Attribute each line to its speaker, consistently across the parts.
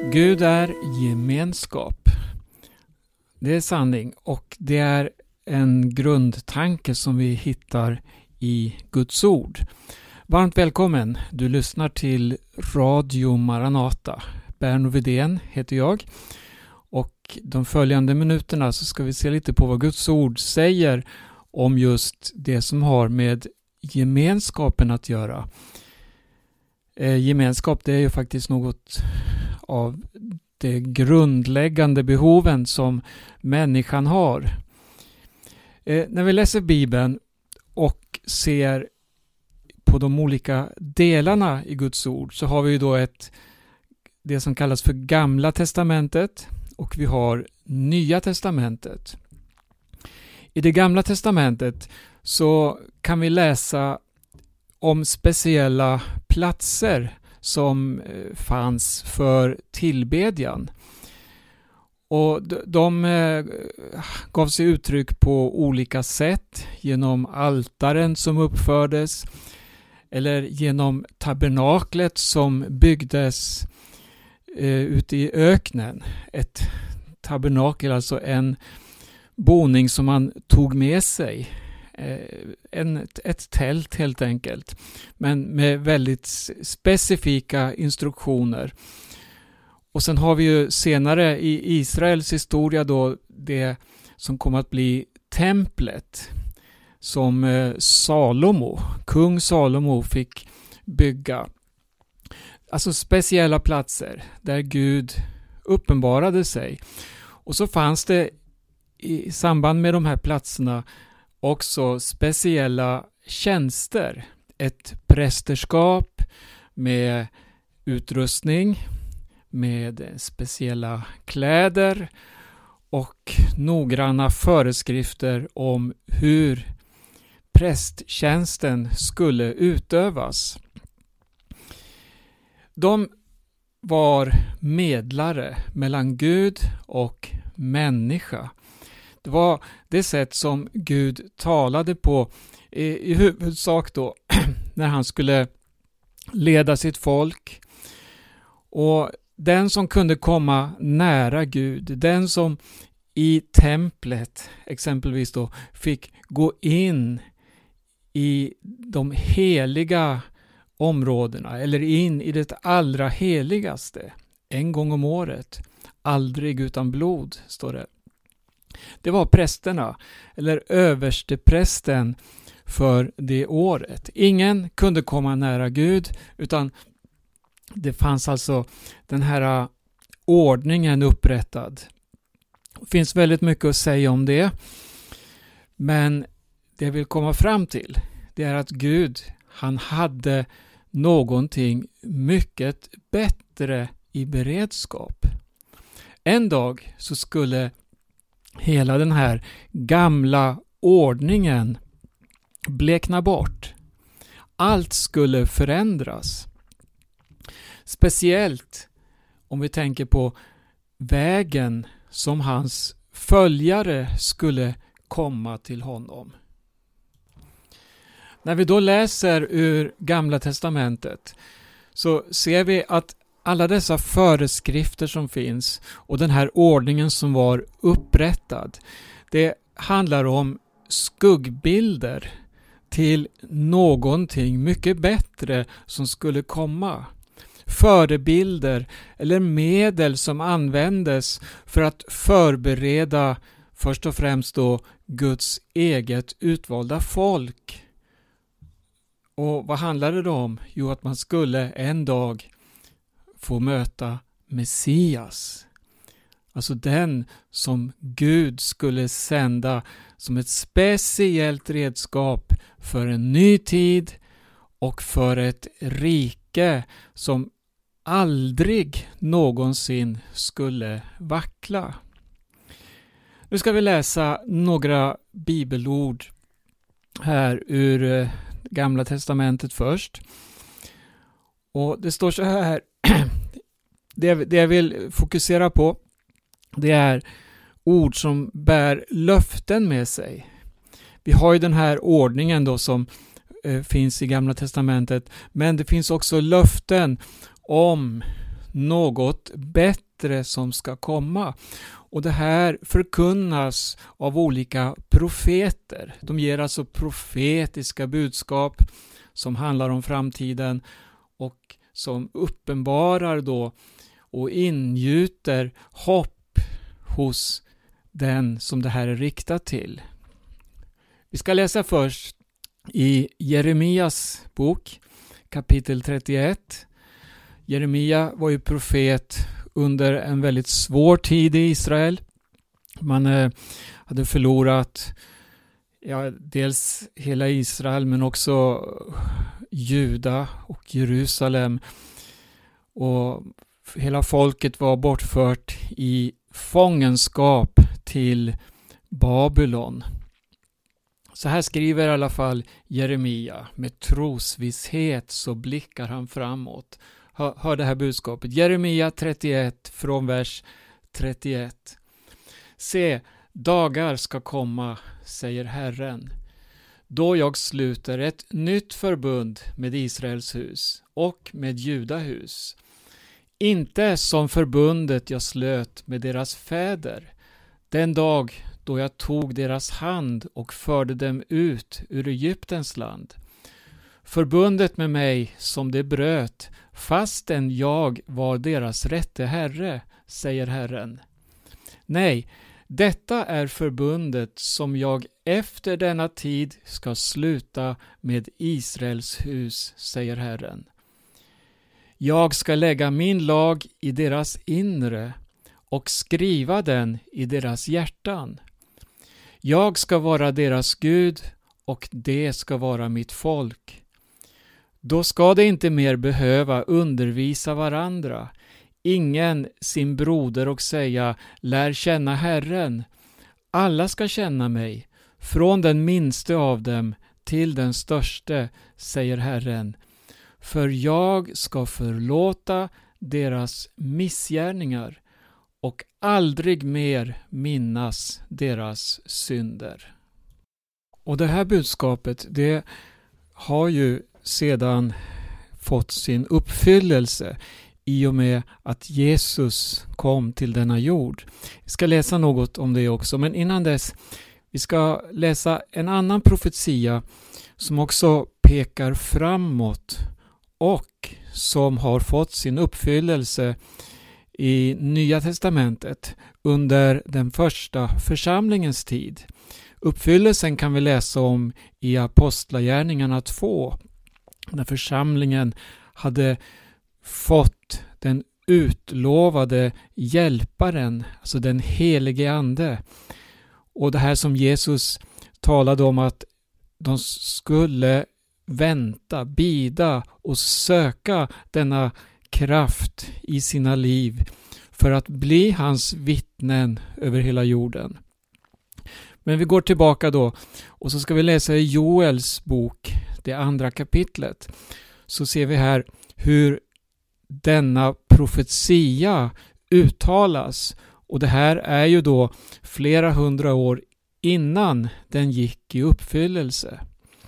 Speaker 1: Gud är gemenskap. Det är sanning och det är en grundtanke som vi hittar i Guds ord. Varmt välkommen, du lyssnar till Radio Maranata. Berno Widén heter jag och de följande minuterna så ska vi se lite på vad Guds ord säger om just det som har med gemenskapen att göra. Gemenskap, det är ju faktiskt något av de grundläggande behoven som människan har. När vi läser Bibeln och ser på de olika delarna i Guds ord så har vi då det som kallas för Gamla testamentet och vi har Nya testamentet. I det Gamla testamentet så kan vi läsa om speciella platser som fanns för tillbedjan. Och de gav sig uttryck på olika sätt genom altaren som uppfördes eller genom tabernaklet som byggdes ute i öknen. Ett tabernakel, alltså en boning som man tog med sig. Ett tält helt enkelt, men med väldigt specifika instruktioner. Och sen har vi ju senare i Israels historia då det som kommer att bli templet som kung Salomo fick bygga. Alltså speciella platser där Gud uppenbarade sig. Och så fanns det i samband med de här platserna också speciella tjänster. Ett prästerskap med utrustning, med speciella kläder och noggranna föreskrifter om hur prästtjänsten skulle utövas. De var medlare mellan Gud och människa. Det var det sätt som Gud talade på i huvudsak då när han skulle leda sitt folk. Och den som kunde komma nära Gud, den som i templet exempelvis då fick gå in i de heliga områdena eller in i det allra heligaste en gång om året. Aldrig utan blod, står det. Det var prästerna eller översteprästen för det året. Ingen kunde komma nära Gud utan det fanns alltså den här ordningen upprättad. Det finns väldigt mycket att säga om det. Men det jag vill komma fram till det är att Gud, han hade någonting mycket bättre i beredskap. En dag så skulle hela den här gamla ordningen blekna bort. Allt skulle förändras. Speciellt om vi tänker på vägen som hans följare skulle komma till honom. När vi då läser ur Gamla testamentet så ser vi att alla dessa föreskrifter som finns och den här ordningen som var upprättad, det handlar om skuggbilder till någonting mycket bättre som skulle komma. Förebilder eller medel som användes för att förbereda först och främst då Guds eget utvalda folk. Och vad handlade det om? Jo, att man skulle en dag få möta Messias. Alltså den som Gud skulle sända som ett speciellt redskap för en ny tid och för ett rike som aldrig någonsin skulle vackla. Nu ska vi läsa några bibelord här ur Gamla testamentet först. Och det står så här. Det jag vill fokusera på, det är ord som bär löften med sig. Vi har ju den här ordningen då som finns i Gamla testamentet, men det finns också löften om något bättre som ska komma. Och det här förkunnas av olika profeter. De ger alltså profetiska budskap som handlar om framtiden och som uppenbarar då och ingjuter hopp hos den som det här är riktat till. Vi ska läsa först i Jeremias bok, kapitel 31. Jeremia var ju profet under en väldigt svår tid i Israel. Man hade förlorat dels hela Israel men också Juda och Jerusalem. Och hela folket var bortfört i fångenskap till Babylon. Så här skriver i alla fall Jeremia. Med trosvisshet så blickar han framåt. Hör det här budskapet. Jeremia 31 från vers 31. Se, dagar ska komma, säger Herren, då jag sluter ett nytt förbund med Israels hus och med Judahus. Inte som förbundet jag slöt med deras fäder, den dag då jag tog deras hand och förde dem ut ur Egyptens land. Förbundet med mig som de bröt, fastän jag var deras rätte herre, säger Herren. Nej, detta är förbundet som jag efter denna tid ska sluta med Israels hus, säger Herren. Jag ska lägga min lag i deras inre och skriva den i deras hjärtan. Jag ska vara deras Gud och det ska vara mitt folk. Då ska de inte mer behöva undervisa varandra, ingen sin broder och säga, lär känna Herren. Alla ska känna mig, från den minste av dem till den störste, säger Herren. För jag ska förlåta deras missgärningar och aldrig mer minnas deras synder. Och det här budskapet, det har ju sedan fått sin uppfyllelse i och med att Jesus kom till denna jord. Vi ska läsa något om det också, men innan dess vi ska läsa en annan profetia som också pekar framåt och som har fått sin uppfyllelse i Nya testamentet under den första församlingens tid. Uppfyllelsen kan vi läsa om i Apostlagärningarna 2, när församlingen hade fått den utlovade hjälparen, alltså den helige ande. Och det här som Jesus talade om att de skulle vänta, bida och söka denna kraft i sina liv för att bli hans vittnen över hela jorden. Men vi går tillbaka då och så ska vi läsa i Joels bok, det andra kapitlet. Så ser vi här hur denna profetia uttalas. Och det här är ju då flera hundra år innan den gick i uppfyllelse.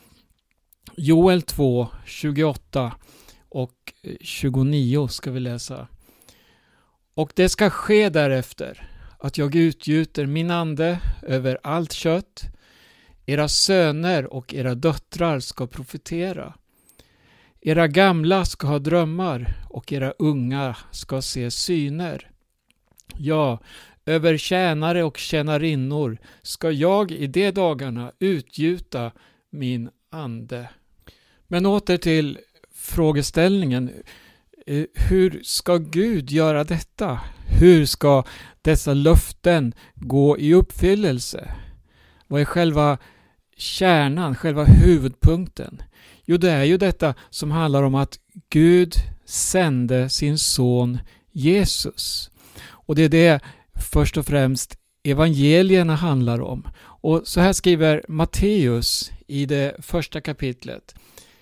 Speaker 1: Joel 2, 28 och 29 ska vi läsa. Och det ska ske därefter att jag utgjuter min ande över allt kött. Era söner och era döttrar ska profetera. Era gamla ska ha drömmar och era unga ska se syner. Ja, över tjänare och tjänarinnor ska jag i de dagarna utgjuta min ande. Men åter till frågeställningen. Hur ska Gud göra detta? Hur ska dessa löften gå i uppfyllelse? Vad är själva kärnan, själva huvudpunkten? Jo, det är ju detta som handlar om att Gud sände sin son Jesus. Och det är det först och främst evangelierna handlar om. Och så här skriver Matteus i det första kapitlet.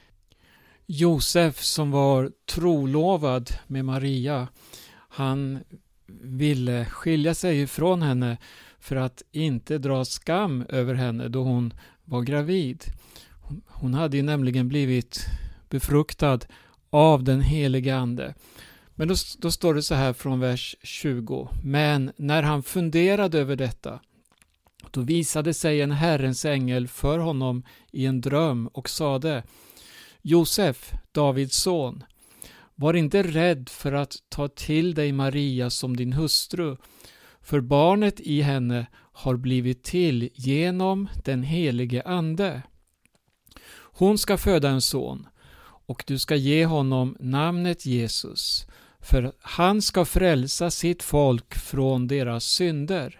Speaker 1: Josef som var trolovad med Maria, han ville skilja sig ifrån henne för att inte dra skam över henne då hon var gravid. Hon hade ju nämligen blivit befruktad av den helige ande. Men då står det så här från vers 20. Men när han funderade över detta, då visade sig en Herrens ängel för honom i en dröm och sade: Josef, Davids son, var inte rädd för att ta till dig Maria som din hustru, för barnet i henne har blivit till genom den helige ande. Hon ska föda en son, och du ska ge honom namnet Jesus, för han ska frälsa sitt folk från deras synder.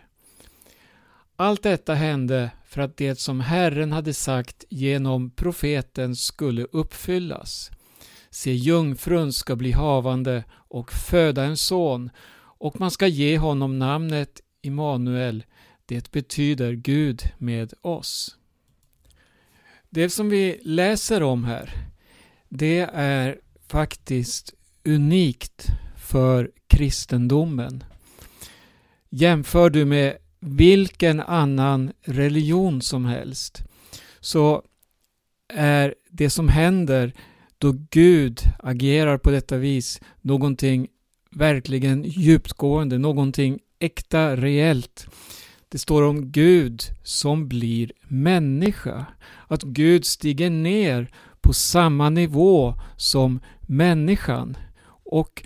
Speaker 1: Allt detta hände för att det som Herren hade sagt genom profeten skulle uppfyllas. Se, jungfrun ska bli havande och föda en son, och man ska ge honom namnet Immanuel. Det betyder Gud med oss. Det som vi läser om här, det är faktiskt unikt för kristendomen. Jämför du med vilken annan religion som helst, så är det som händer då Gud agerar på detta vis någonting verkligen djupgående, någonting äkta, reellt. Det står om Gud som blir människa. Att Gud stiger ner på samma nivå som människan. Och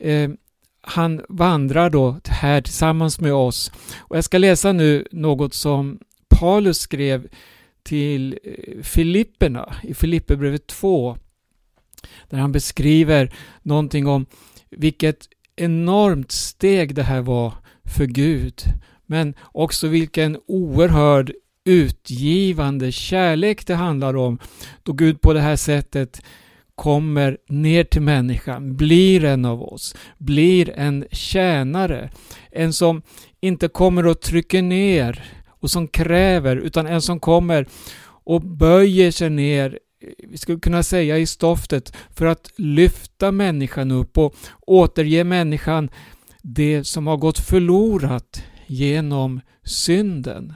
Speaker 1: han vandrar då här tillsammans med oss. Och jag ska läsa nu något som Paulus skrev till Filipperna i Filipperbrevet 2. Där han beskriver någonting om vilket enormt steg det här var för Gud. Men också vilken oerhörd utgivande kärlek det handlar om. Då Gud på det här sättet kommer ner till människan, blir en av oss, blir en tjänare. En som inte kommer och trycker ner och som kräver, utan en som kommer och böjer sig ner, vi skulle kunna säga i stoftet, för att lyfta människan upp och återge människan det som har gått förlorat genom synden.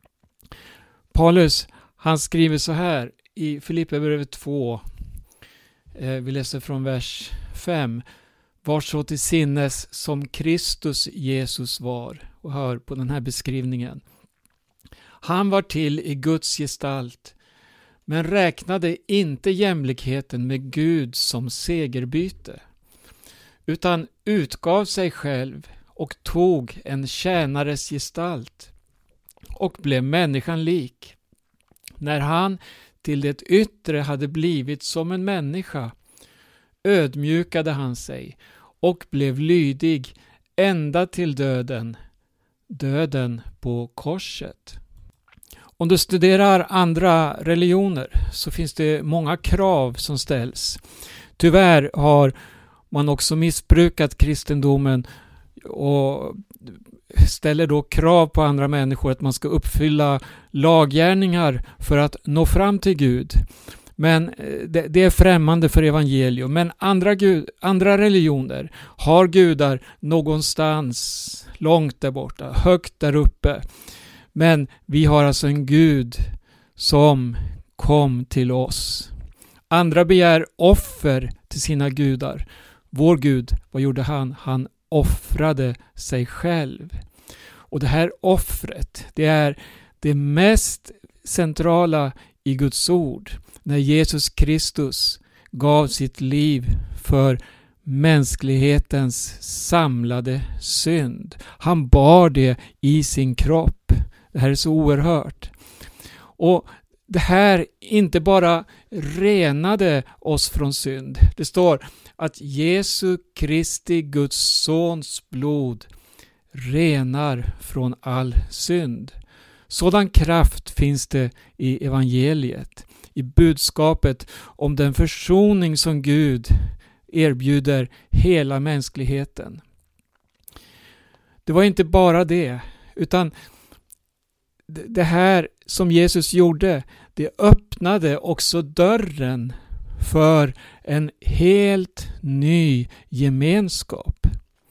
Speaker 1: Paulus, han skriver så här i Filipperbrevet 2. Vi läser från vers 5. Var så till sinnes som Kristus Jesus var. Och hör på den här beskrivningen. Han var till i Guds gestalt, men räknade inte jämlikheten med Gud som segerbyte, utan utgav sig själv och tog en tjänares gestalt och blev människan lik. När han till det yttre hade blivit som en människa, ödmjukade han sig och blev lydig ända till döden, döden på korset. Om du studerar andra religioner så finns det många krav som ställs. Tyvärr har man också missbrukat kristendomen och ställer då krav på andra människor att man ska uppfylla laggärningar för att nå fram till Gud. Men det är främmande för evangelium. Men andra religioner har gudar någonstans långt där borta, högt där uppe. Men vi har alltså en Gud som kom till oss. Andra begär offer till sina gudar. Vår Gud, vad gjorde han? Han offrade sig själv. Och det här offret, det är det mest centrala i Guds ord. När Jesus Kristus gav sitt liv för mänsklighetens samlade synd. Han bar det i sin kropp. Det här är så oerhört. Och det här inte bara renade oss från synd. Det står att Jesu Kristi, Guds sons blod, renar från all synd. Sådan kraft finns det i evangeliet, i budskapet om den försoning som Gud erbjuder hela mänskligheten. Det var inte bara det, utan det här som Jesus gjorde, det öppnade också dörren för en helt ny gemenskap.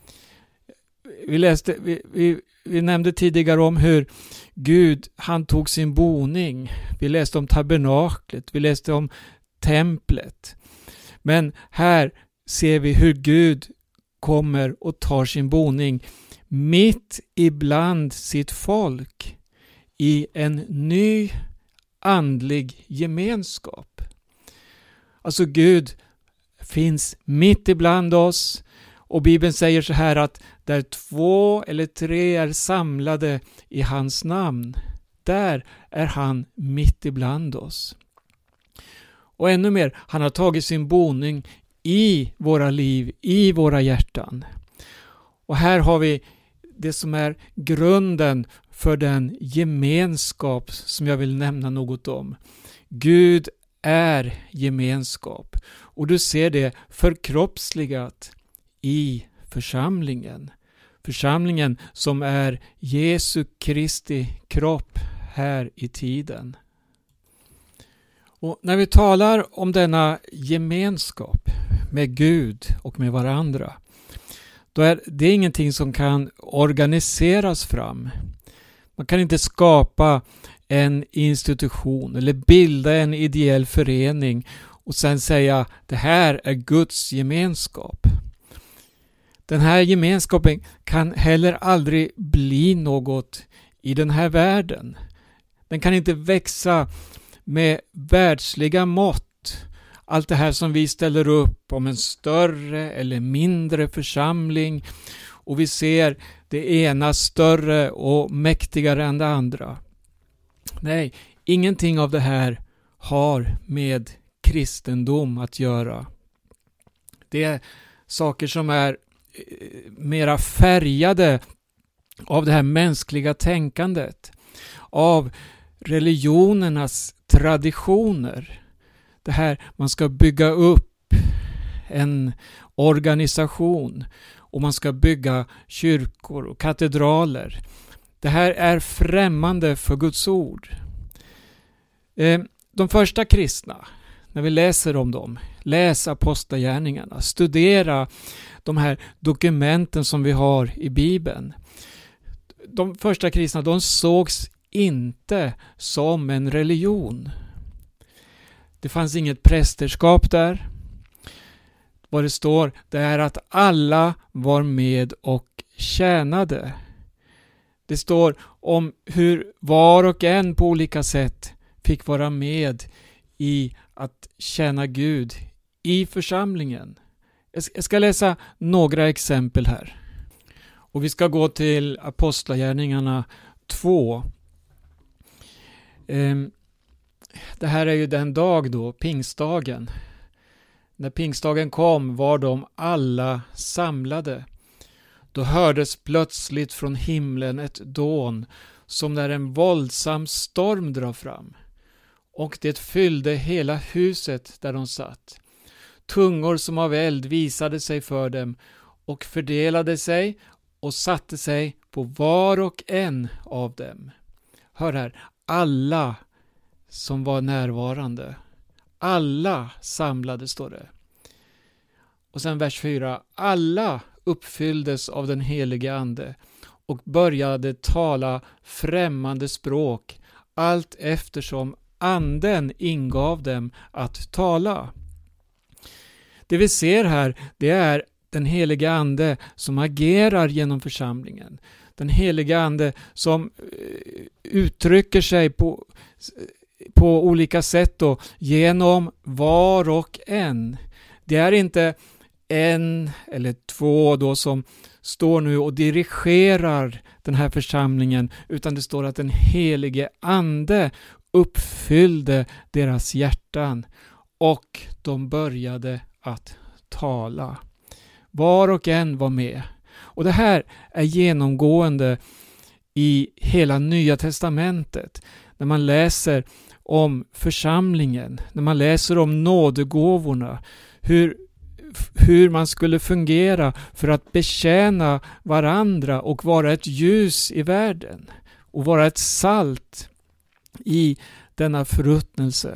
Speaker 1: Vi nämnde tidigare om hur Gud, han tog sin boning. Vi läste om tabernaklet, vi läste om templet. Men här ser vi hur Gud kommer och tar sin boning mitt ibland sitt folk i en ny andlig gemenskap. Alltså Gud finns mitt ibland oss, och Bibeln säger så här att där 2 eller 3 är samlade i hans namn, där är han mitt ibland oss. Och ännu mer, han har tagit sin boning i våra liv, i våra hjärtan. Och här har vi det som är grunden för den gemenskap som jag vill nämna något om. Gud är gemenskap, och du ser det förkroppsligat i församlingen. Församlingen som är Jesu Kristi kropp här i tiden. Och när vi talar om denna gemenskap med Gud och med varandra, då är det ingenting som kan organiseras fram. Man kan inte skapa en institution eller bilda en ideell förening och sen säga det här är Guds gemenskap. Den här gemenskapen kan heller aldrig bli något i den här världen. Den kan inte växa med världsliga mått. Allt det här som vi ställer upp om en större eller mindre församling, och vi ser det ena större och mäktigare än det andra. Nej, ingenting av det här har med kristendom att göra. Det är saker som är mera färgade av det här mänskliga tänkandet, av religionernas traditioner. Det här, man ska bygga upp en organisation och man ska bygga kyrkor och katedraler. Det här är främmande för Guds ord. De första kristna, när vi läser om dem, läs apostlagärningarna, studera de här dokumenten som vi har i Bibeln. De första kristna, de sågs inte som en religion. Det fanns inget prästerskap där. Vad det står, det är att alla var med och tjänade. Det står om hur var och en på olika sätt fick vara med i att tjäna Gud i församlingen. Jag ska läsa några exempel här. Och vi ska gå till Apostlagärningarna 2. Det här är ju den dag då, pingstdagen. När pingstdagen kom var de alla samlade. Då hördes plötsligt från himlen ett dån som när en våldsam storm drar fram. Och det fyllde hela huset där de satt. Tungor som av eld visade sig för dem och fördelade sig och satte sig på var och en av dem. Hör här, alla som var närvarande. Alla samlade, står det. Och sen vers 4. Alla uppfylldes av den helige ande och började tala främmande språk allt eftersom anden ingav dem att tala. Det vi ser här, det är den helige ande som agerar genom församlingen. Den helige ande som uttrycker sig på olika sätt då, genom var och en. Det är inte en eller två då som står nu och dirigerar den här församlingen, utan det står att den helige ande uppfyllde deras hjärtan och de började att tala. Var och en var med. Och det här är genomgående i hela Nya testamentet. När man läser om församlingen, när man läser om nådegåvorna, hur man skulle fungera för att betjäna varandra och vara ett ljus i världen och vara ett salt i denna förruttnelse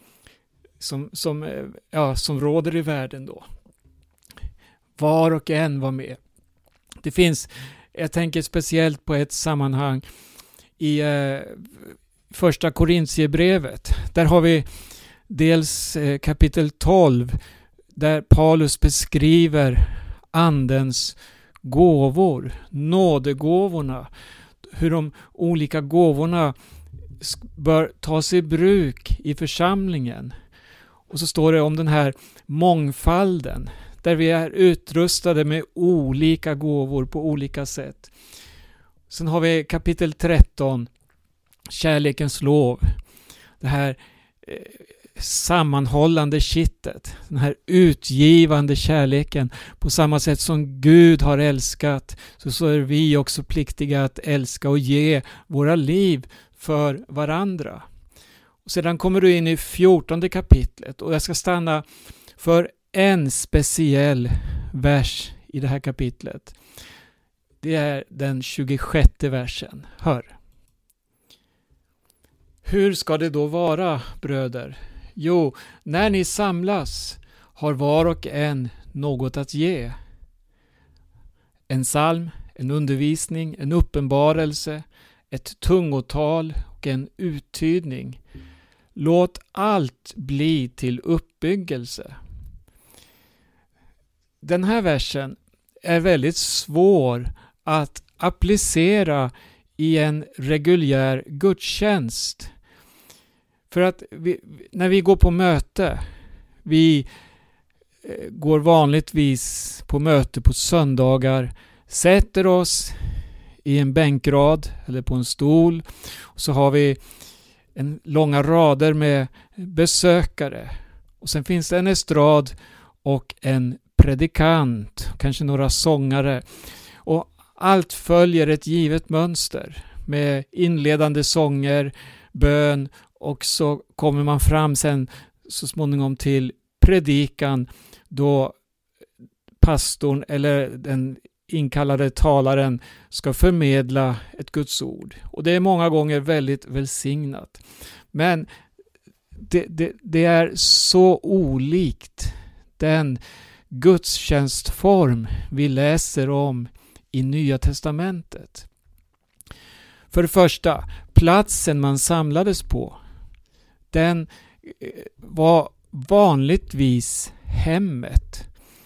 Speaker 1: som råder i världen då. Var och en var med. Det finns, jag tänker speciellt på ett sammanhang i första Korintierbrevet. Där har vi dels kapitel 12 där Paulus beskriver andens gåvor, nådegåvorna, hur de olika gåvorna bör tas i bruk i församlingen. Och så står det om den här mångfalden, där vi är utrustade med olika gåvor på olika sätt. Sen har vi kapitel 13, kärlekens lov. Det här sammanhållande kittet, den här utgivande kärleken. På samma sätt som Gud har älskat, så är vi också pliktiga att älska och ge våra liv för varandra. Och sedan kommer du in i 14:e kapitlet, och jag ska stanna för en speciell vers i det här kapitlet. Det är den 26:e versen. Hör. Hur ska det då vara, bröder? Jo, när ni samlas har var och en något att ge. En psalm, en undervisning, en uppenbarelse, ett tungotal och en uttydning. Låt allt bli till uppbyggelse. Den här versen är väldigt svår att applicera i en reguljär gudstjänst. För att när vi går på möte, vi går vanligtvis på möte på söndagar, sätter oss i en bänkrad eller på en stol, och så har vi långa rader med besökare, och sen finns det en estrad och en predikant, kanske några sångare, och allt följer ett givet mönster med inledande sånger, bön, och så kommer man fram sen så småningom till predikan, då pastorn eller den inkallade talaren ska förmedla ett Guds ord. Och det är många gånger väldigt välsignat. Men det är så olikt den gudstjänstform vi läser om i Nya testamentet. För det första, platsen man samlades på, den var vanligtvis hemmet.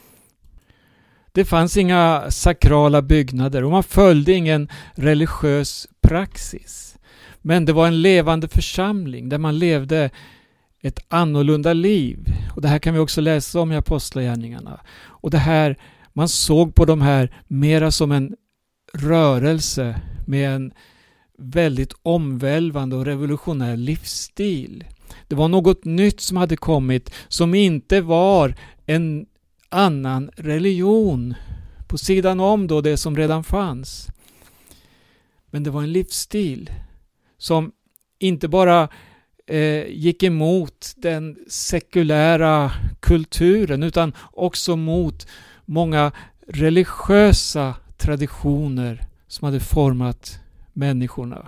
Speaker 1: Det fanns inga sakrala byggnader och man följde ingen religiös praxis. Men det var en levande församling där man levde ett annorlunda liv. Och det här kan vi också läsa om i Apostlagärningarna. Och det här, man såg på de här mera som en rörelse med en väldigt omvälvande och revolutionär livsstil. Det var något nytt som hade kommit, som inte var en annan religion på sidan om då det som redan fanns. Men det var en livsstil som inte bara gick emot den sekulära kulturen, utan också mot många religiösa traditioner som hade format människorna.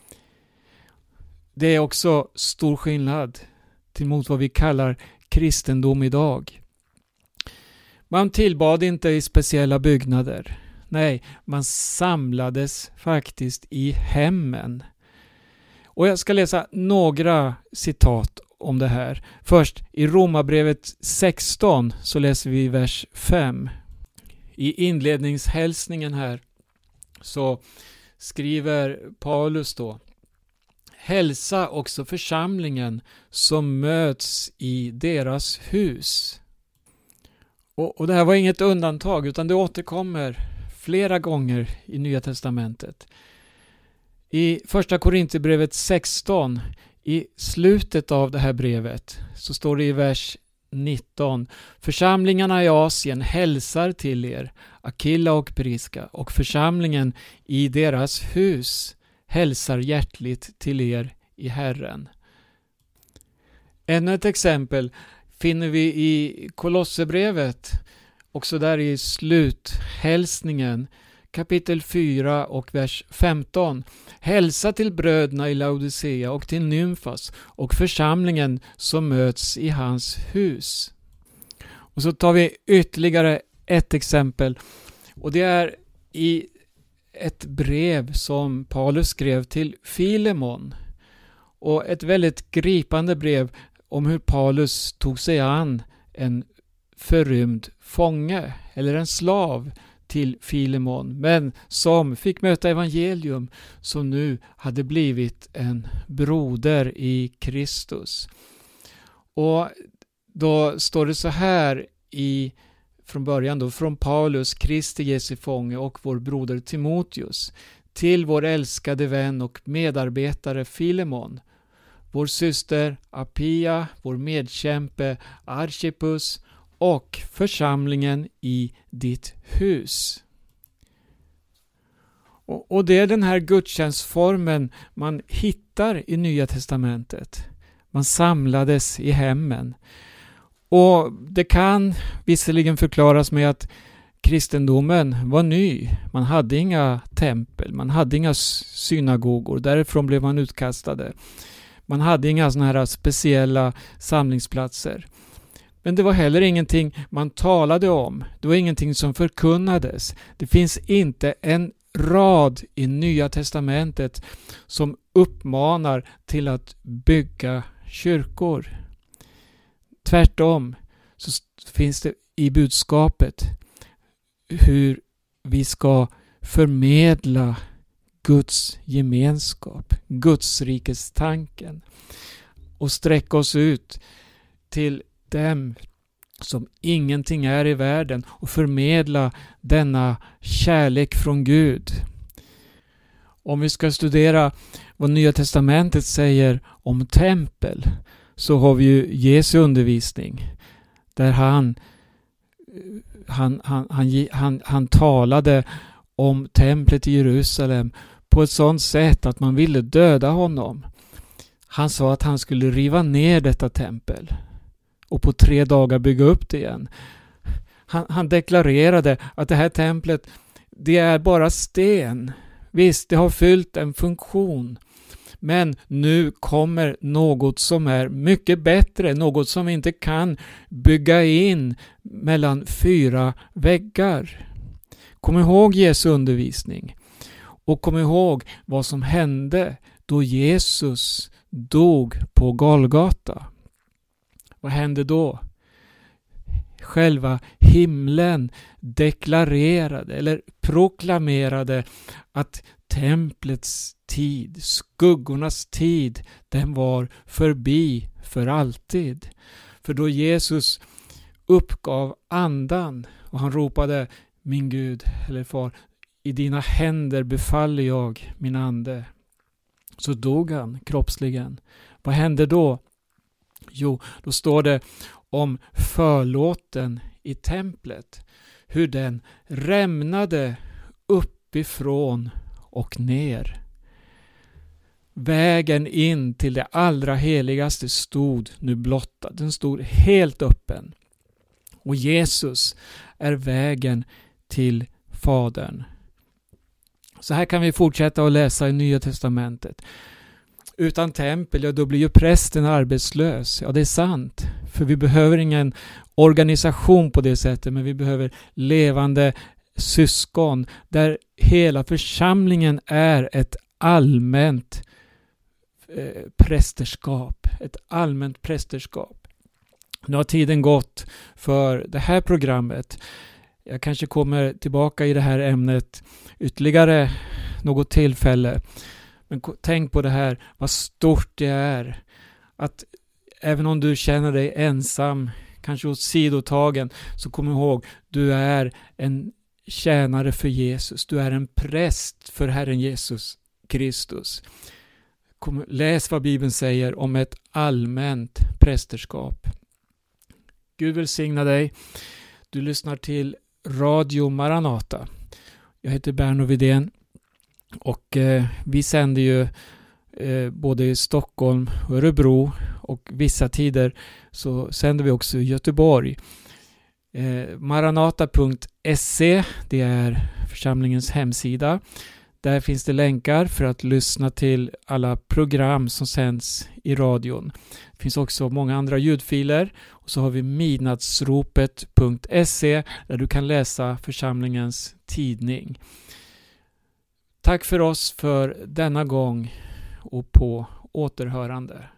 Speaker 1: Det är också stor skillnad till mot vad vi kallar kristendom idag. Man tillbad inte i speciella byggnader. Nej, man samlades faktiskt i hemmen. Och jag ska läsa några citat om det här. Först i Romarbrevet 16 så läser vi vers 5. I inledningshälsningen här så skriver Paulus då: hälsa också församlingen som möts i deras hus. Och det här var inget undantag, utan det återkommer flera gånger i Nya testamentet. I första Korinthierbrevet 16, i slutet av det här brevet, så står det i vers 19: församlingarna i Asien hälsar till er, Akilla och Priska, och församlingen i deras hus hälsar hjärtligt till er i Herren. Ännu ett exempel finner vi i Kolosserbrevet, också där i sluthälsningen, kapitel 4 och vers 15. Hälsa till bröderna i Laodicea och till Nymfas och församlingen som möts i hans hus. Och så tar vi ytterligare ett exempel, och det är i ett brev som Paulus skrev till Filemon, och ett väldigt gripande brev om hur Paulus tog sig an en förrymd fånge eller en slav till Filemon, men som fick möta evangelium, som nu hade blivit en broder i Kristus. Och då står det så här från början då, från Paulus, Kristi Jesu fånge och vår broder Timoteus, till vår älskade vän och medarbetare Filemon, vår syster Apia, vår medkämpe Archippus och församlingen i ditt hus. Och det är den här gudstjänstformen man hittar i Nya testamentet. Man samlades i hemmen. Och det kan visserligen förklaras med att kristendomen var ny. Man hade inga tempel, man hade inga synagogor, därifrån blev man utkastade. Man hade inga såna här speciella samlingsplatser. Men det var heller ingenting man talade om. Det var ingenting som förkunnades. Det finns inte en rad i Nya testamentet som uppmanar till att bygga kyrkor. Tvärtom så finns det i budskapet hur vi ska förmedla Guds gemenskap, Guds rikes tanken och sträcka oss ut till dem som ingenting är i världen och förmedla denna kärlek från Gud. Om vi ska studera vad Nya testamentet säger om tempel, så har vi ju Jesu undervisning där han talade om templet i Jerusalem på ett sådant sätt att man ville döda honom. Han sa att han skulle riva ner detta tempel och på 3 dagar bygga upp det igen. Han deklarerade att det här templet, det är bara sten. Visst, det har fyllt en funktion. Men nu kommer något som är mycket bättre, något som vi inte kan bygga in mellan 4 väggar. Kom ihåg Jesu undervisning och kom ihåg vad som hände då Jesus dog på Golgata. Vad hände då? Själva himlen deklarerade eller proklamerade att templets tid, skuggornas tid, den var förbi för alltid. För då Jesus uppgav andan och han ropade: min Gud eller far, i dina händer befaller jag min ande. Så dog han kroppsligen. Vad hände då? Jo, då står det om förlåten i templet. Hur den rämnade uppifrån och ner. Vägen in till det allra heligaste stod nu blottad. Den stod helt öppen. Och Jesus är vägen till Fadern. Så här kan vi fortsätta att läsa i Nya testamentet. Utan tempel, ja, då blir ju prästen arbetslös. Ja, det är sant. För vi behöver ingen organisation på det sättet, men vi behöver levande syskon där hela församlingen är ett allmänt prästerskap. Ett allmänt prästerskap. Nu har tiden gått för det här programmet. Jag kanske kommer tillbaka i det här ämnet ytterligare något tillfälle. Men tänk på det här, vad stort det är. Att även om du känner dig ensam, kanske åt sidotagen, så kom ihåg, du är en tjänare för Jesus. Du är en präst för Herren Jesus Kristus. Läs vad Bibeln säger om ett allmänt prästerskap. Gud välsigna dig. Du lyssnar till Radio Maranata. Jag heter Berno Widén och vi sänder ju både i Stockholm och Örebro, och vissa tider så sänder vi också i Göteborg. Maranata.se, det är församlingens hemsida. Där finns det länkar för att lyssna till alla program som sänds i radion. Det finns också många andra ljudfiler. Och så har vi midnattsropet.se där du kan läsa församlingens tidning. Tack för oss för denna gång och på återhörande.